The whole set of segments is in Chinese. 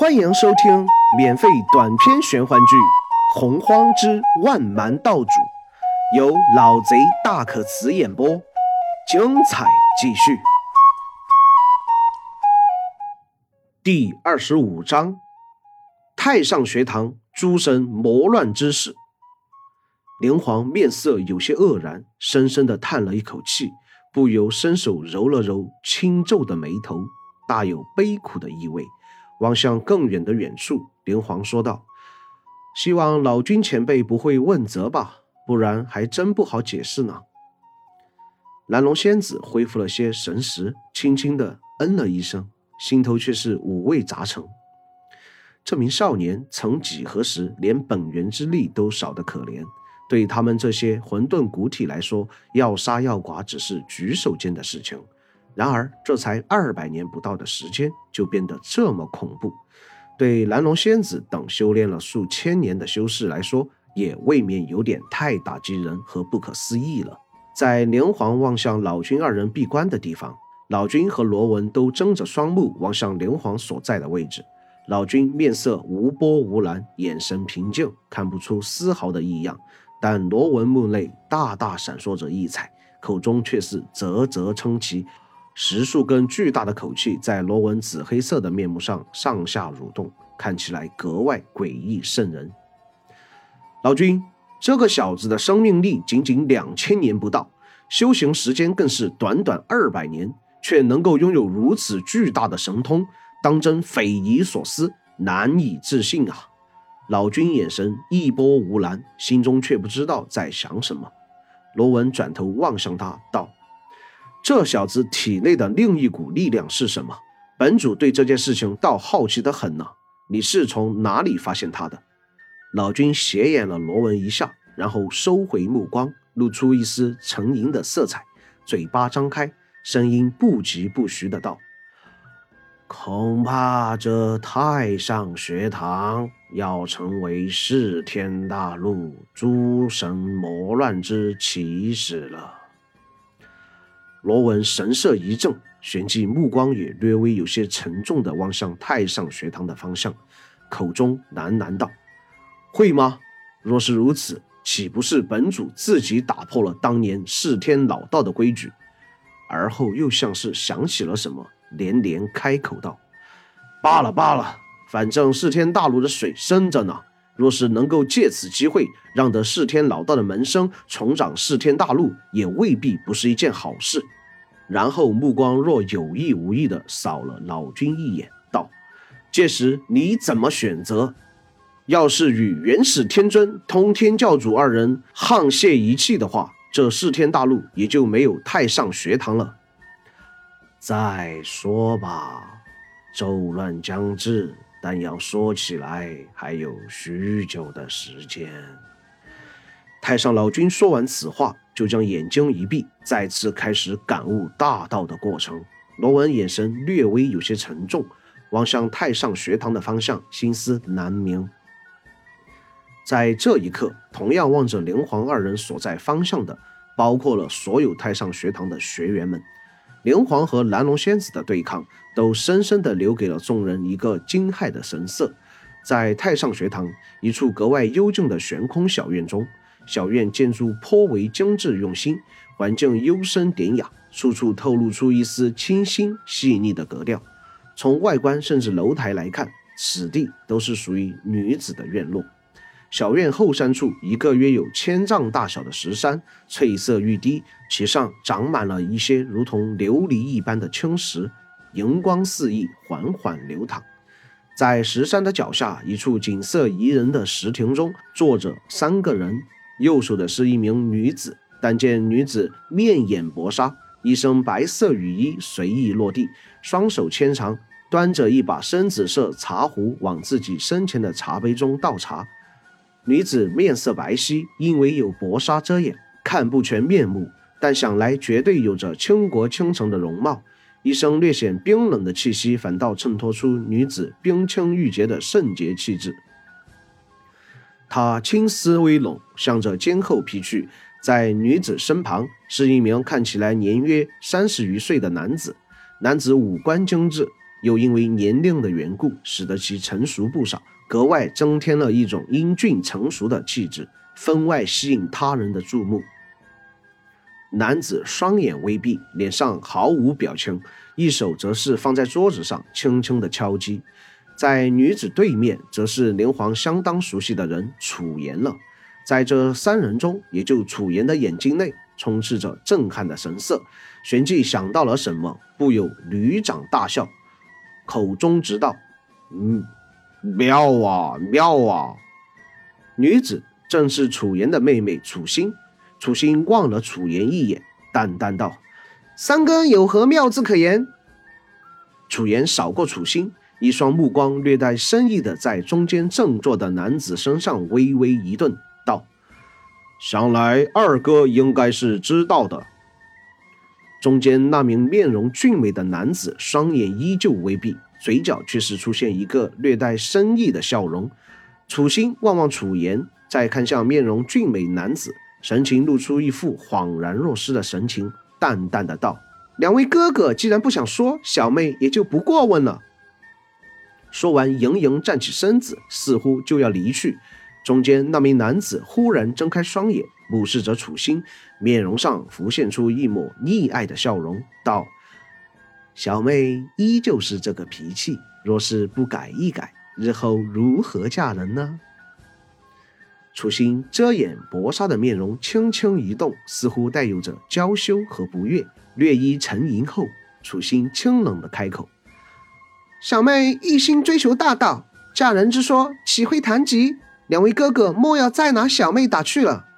欢迎收听免费短篇玄幻剧《洪荒之万蛮道主》，由老贼大可辞演播，精彩继续。第25章，太上学堂诸神魔乱之事。灵皇面色有些愕然，深深地叹了一口气，不由伸手揉了揉轻皱的眉头，大有悲苦的意味。望向更远的远处，灵皇说道：希望老君前辈不会问责吧，不然还真不好解释呢。蓝龙仙子恢复了些神识，轻轻地嗯了一声，心头却是五味杂陈。这名少年曾几何时连本源之力都少得可怜，对他们这些混沌骨体来说，要杀要剐只是举手间的事情。然而这才200年不到的时间，就变得这么恐怖，对蓝龙仙子等修炼了数千年的修士来说，也未免有点太打击人和不可思议了。在连环望向老君二人闭关的地方，老君和罗文都睁着双目望向连环所在的位置。老君面色无波无澜，眼神平静，看不出丝毫的异样，但罗文目内大大闪烁着异彩，口中却是啧啧称奇，10数根巨大的口气在罗文紫黑色的面目上上下蠕动，看起来格外诡异瘆人。老君，这个小子的生命力仅仅2000年不到，修行时间更是短短200年，却能够拥有如此巨大的神通，当真匪夷所思，难以置信啊！老君眼神一波无澜，心中却不知道在想什么。罗文转头望向他道：这小子体内的另一股力量是什么？本主对这件事情倒好奇得很呢，你是从哪里发现他的？老君斜眼了罗文一下，然后收回目光，露出一丝沉吟的色彩，嘴巴张开，声音不疾不徐的道：恐怕这太上学堂要成为世天大陆诸神魔乱之起始了。罗文神色一怔，旋即目光也略微有些沉重地望向太上学堂的方向，口中喃喃道：会吗？若是如此，岂不是本主自己打破了当年世天老道的规矩？而后又像是想起了什么，连连开口道：罢了罢了，反正世天大陆的水深着呢，若是能够借此机会让得世天老道的门生重掌世天大陆，也未必不是一件好事。然后目光若有意无意地扫了老君一眼，道：届时你怎么选择？要是与元始天尊、通天教主二人沆瀣一气的话，这世天大陆也就没有太上学堂了。再说吧，骤乱将至，但要说起来还有许久的时间。太上老君说完此话，就将眼睛一闭，再次开始感悟大道的过程。罗文眼神略微有些沉重，望向太上学堂的方向，心思难明。在这一刻，同样望着连环二人所在方向的，包括了所有太上学堂的学员们。连环和蓝龙仙子的对抗，都深深地留给了众人一个惊骇的神色。在太上学堂一处格外幽静的悬空小院中，小院建筑颇为精致用心，环境幽深典雅，处处透露出一丝清新细腻的格调。从外观甚至楼台来看，此地都是属于女子的院落。小院后山处，一个约有1000丈大小的石山，翠色欲滴，其上长满了一些如同琉璃一般的青石，荧光四溢，缓缓流淌。在石山的脚下，一处景色宜人的石亭中，坐着3个人，右手的是一名女子，但见女子面眼薄纱，一身白色雨衣随意落地，双手牵长，端着一把深紫色茶壶往自己身前的茶杯中倒茶。女子面色白皙，因为有薄纱遮掩，看不全面目，但想来绝对有着倾国倾城的容貌，一身略显冰冷的气息反倒衬托出女子冰清玉洁的圣洁气质。她青丝微拢，向着肩后劈去，在女子身旁是一名看起来年约30余岁的男子，男子五官精致， 又因为年龄的缘故，使得其成熟不少，格外增添了一种英俊成熟的气质，分外吸引他人的注目。男子双眼微闭，脸上毫无表情，一手则是放在桌子上轻轻地敲击。在女子对面则是连黄相当熟悉的人楚言了。在这三人中，也就楚言的眼睛内充斥着震撼的神色，旋即想到了什么，不由驴掌大笑，口中直道：妙啊妙啊！女子正是楚言的妹妹楚心。楚心望了楚言一眼，淡淡道：三哥有何妙字可言？楚言扫过楚心，一双目光略带深意的在中间正坐的男子身上微微一顿，道：想来二哥应该是知道的。中间那名面容俊美的男子双眼依旧微闭，嘴角却是出现一个略带深意的笑容。楚心望望楚言，再看向面容俊美男子，神情露出一副恍然若失的神情，淡淡的道：两位哥哥既然不想说，小妹也就不过问了。说完盈盈站起身子，似乎就要离去。中间那名男子忽然睁开双眼，目视着楚心，面容上浮现出一抹溺爱的笑容，道：小妹依旧是这个脾气，若是不改一改，日后如何嫁人呢？楚心遮掩薄纱的面容轻轻一动，似乎带有着娇羞和不悦，略一沉吟后，楚心清冷的开口：小妹一心追求大道，嫁人之说岂会谈及？两位哥哥莫要再拿小妹打趣了。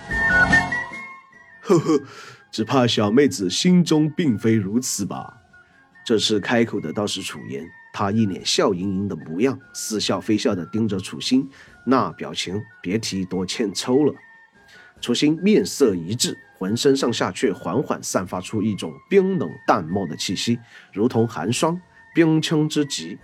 呵呵，只怕小妹子心中并非如此吧。这次开口的倒是楚言，他一脸笑盈盈的模样，似笑非笑的盯着楚心，那表情别提多欠抽了。楚心面色一滞，浑身上下却缓缓散发出一种冰冷淡漠的气息，如同寒霜，冰清之极。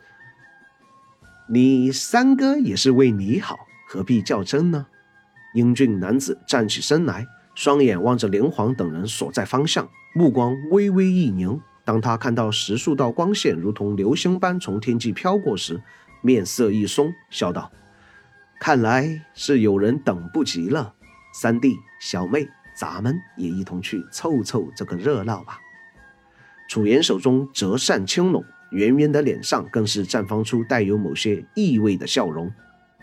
你三哥也是为你好，何必较真呢？英俊男子站起身来，双眼望着连黄等人所在方向，目光微微一凝。当他看到10数道光线如同流星般从天际飘过时，面色一松，笑道：看来是有人等不及了，三弟小妹，咱们也一同去凑凑这个热闹吧。楚言手中折扇轻拢，圆圆的脸上更是绽放出带有某些意味的笑容。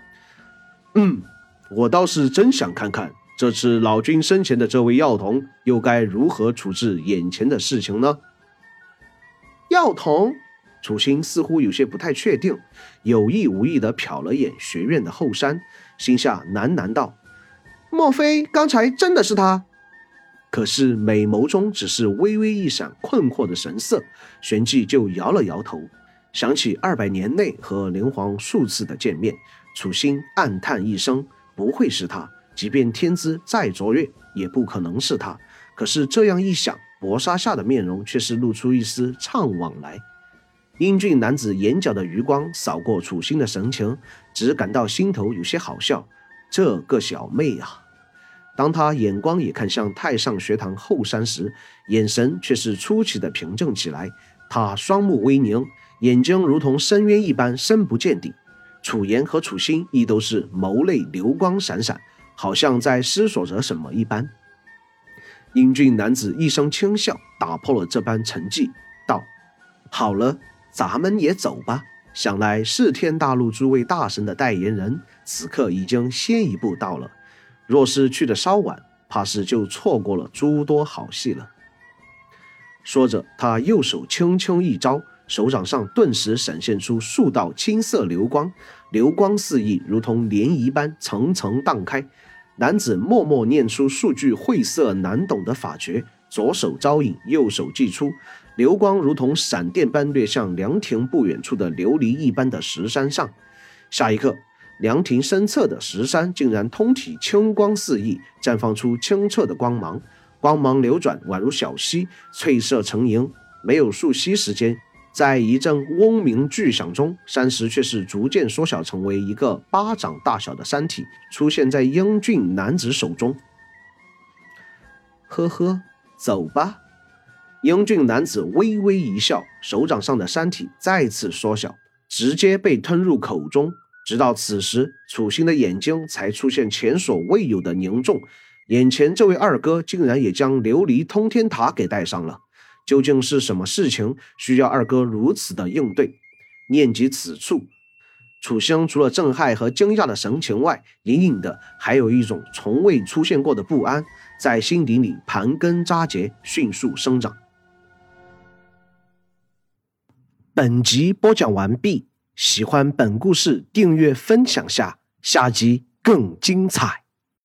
我倒是真想看看，这次老君生前的这位药童又该如何处置眼前的事情呢？药童？楚心似乎有些不太确定，有意无意地瞟了眼学院的后山，心下喃喃道：莫非刚才真的是他？可是美眸中只是微微一闪困惑的神色，旋即就摇了摇头。想起200年内和连黄数次的见面，楚心暗叹一声，不会是他，即便天资再卓越，也不可能是他。可是这样一想，薄纱下的面容却是露出一丝怅惘来。英俊男子眼角的余光扫过楚心的神情，只感到心头有些好笑。这个小妹啊！当他眼光也看向太上学堂后山时，眼神却是出奇的平静起来。他双目微凝，眼睛如同深渊一般深不见底。楚言和楚心亦都是眸泪流光闪闪，好像在思索着什么一般。英俊男子一声轻笑，打破了这般沉寂，道：好了，咱们也走吧。想来释天大陆诸位大神的代言人此刻已经先一步到了，若是去得稍晚，怕是就错过了诸多好戏了。说着，他右手轻轻一招，手掌上顿时闪现出数道青色流光，流光四溢，如同涟漪般层层荡开。男子默默念出数句晦涩难懂的法诀，左手招引，右手祭出，流光如同闪电般掠向凉亭不远处的琉璃一般的石山上。下一刻，凉亭身侧的石山竟然通体青光四溢，绽放出清澈的光芒，光芒流转，宛如小溪，翠色成盈。没有数息时间，在一阵嗡鸣巨响中，山石却是逐渐缩小成为一个巴掌大小的山体，出现在英俊男子手中。呵呵，走吧。 英俊男子微微一笑，手掌上的山体再次缩小，直接被吞入口中。直到此时，楚星的眼睛才出现前所未有的凝重，眼前这位二哥竟然也将琉璃通天塔给带上了。究竟是什么事情需要二哥如此的应对？念及此处，楚星除了震撼和惊讶的神情外，隐隐的还有一种从未出现过的不安，在心底里盘根扎结，迅速生长。本集播讲完毕，喜欢本故事订阅分享下，下集更精彩。